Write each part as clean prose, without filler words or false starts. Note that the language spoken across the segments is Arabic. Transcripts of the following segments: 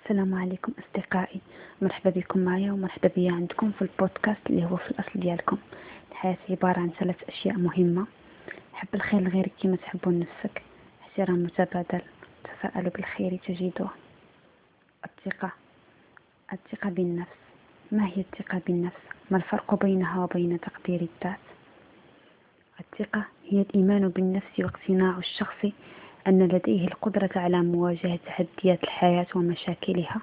السلام عليكم أصدقائي، مرحبا بكم معايا ومرحبا بيا عندكم في البودكاست اللي هو في الأصل ديالكم. الحياة عبارة عن 3 أشياء مهمة: حب الخير لغيرك كما تحب لنفسك، احترام متبادل، تفاءلوا بالخير تجدوه. الثقة بالنفس. ما هي الثقة بالنفس؟ ما الفرق بينها وبين تقدير الذات؟ الثقة هي الإيمان بالنفس واقتناع الشخص أن لديه القدرة على مواجهة تحديات الحياة ومشاكلها.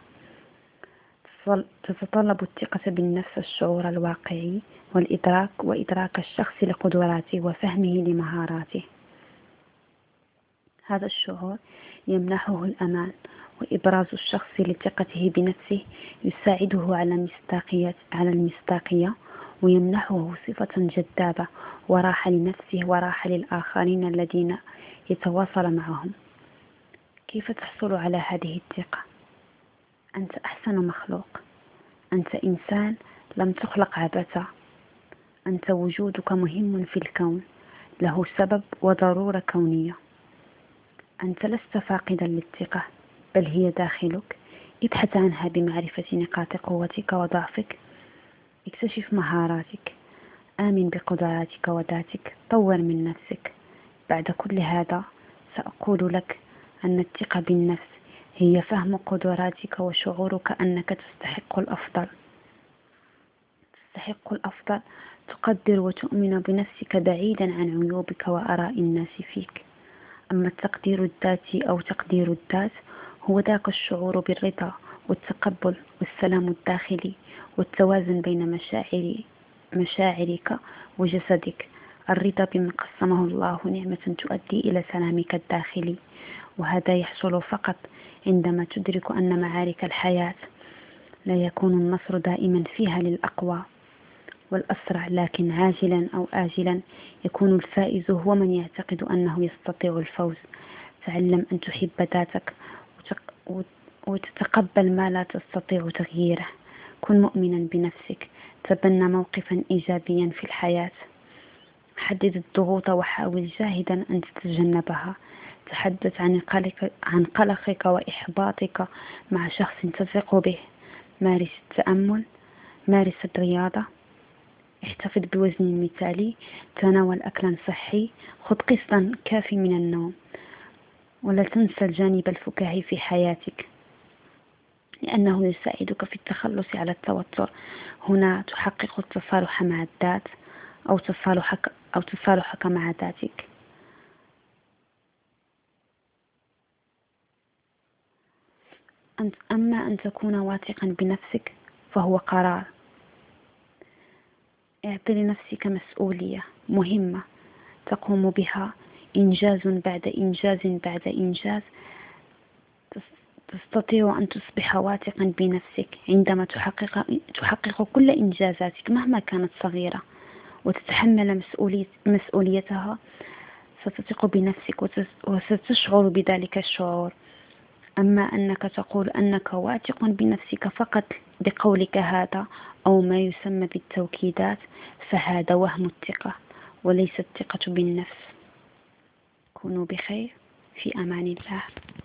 تتطلب الثقة بالنفس الشعور الواقعي وإدراك الشخص لقدراته وفهمه لمهاراته. هذا الشعور يمنحه الأمان، وإبراز الشخص لثقته بنفسه يساعده على المصداقية، ويمنحه صفة جذابة وراحة لنفسه وراحة للآخرين الذين يتواصل معهم. كيف تحصل على هذه الثقة؟ أنت أحسن مخلوق، أنت إنسان لم تخلق عبثا، أنت وجودك مهم في الكون، له سبب وضرورة كونية. أنت لست فاقدا للثقة، بل هي داخلك. ابحث عنها بمعرفة نقاط قوتك وضعفك، اكتشف مهاراتك، آمن بقدراتك وذاتك، طور من نفسك. بعد كل هذا سأقول لك أن الثقة بالنفس هي فهم قدراتك وشعورك أنك تستحق الأفضل. تقدر وتؤمن بنفسك بعيدا عن عيوبك وآراء الناس فيك. أما التقدير الذاتي أو تقدير الذات هو ذاك الشعور بالرضا والتقبل والسلام الداخلي والتوازن بين مشاعرك وجسدك. الرضا بما قسمه الله نعمة تؤدي إلى سلامك الداخلي، وهذا يحصل فقط عندما تدرك أن معارك الحياة لا يكون النصر دائما فيها للأقوى والأسرع، لكن عاجلا أو آجلا يكون الفائز هو من يعتقد أنه يستطيع الفوز. تعلم أن تحب ذاتك وتتقبل ما لا تستطيع تغييره. كن مؤمنا بنفسك، تبنى موقفا إيجابيا في الحياة، حدد الضغوط وحاول جاهدا أن تتجنبها. تحدث عن قلقك وإحباطك مع شخص تثق به. مارس التأمل، مارس الرياضة، احتفظ بوزن مثالي، تناول أكلا صحي، خذ قسطا كافي من النوم، ولا تنسى الجانب الفكاهي في حياتك لأنه يساعدك في التخلص على التوتر. هنا تحقق التصالح مع الذات أو تصالحك مع ذاتك. أما أن تكون واثقا بنفسك فهو قرار. اعطي لنفسك مسؤولية مهمة تقوم بها إنجاز بعد إنجاز بعد إنجاز. تستطيع أن تصبح واثقا بنفسك عندما تحقق كل إنجازاتك مهما كانت صغيرة وتتحمل مسؤوليتها. ستثق بنفسك وستشعر بذلك الشعور. أما أنك تقول أنك واثق بنفسك فقط بقولك هذا أو ما يسمى بالتوكيدات، فهذا وهم الثقة وليس الثقة بالنفس. كونوا بخير، في أمان الله.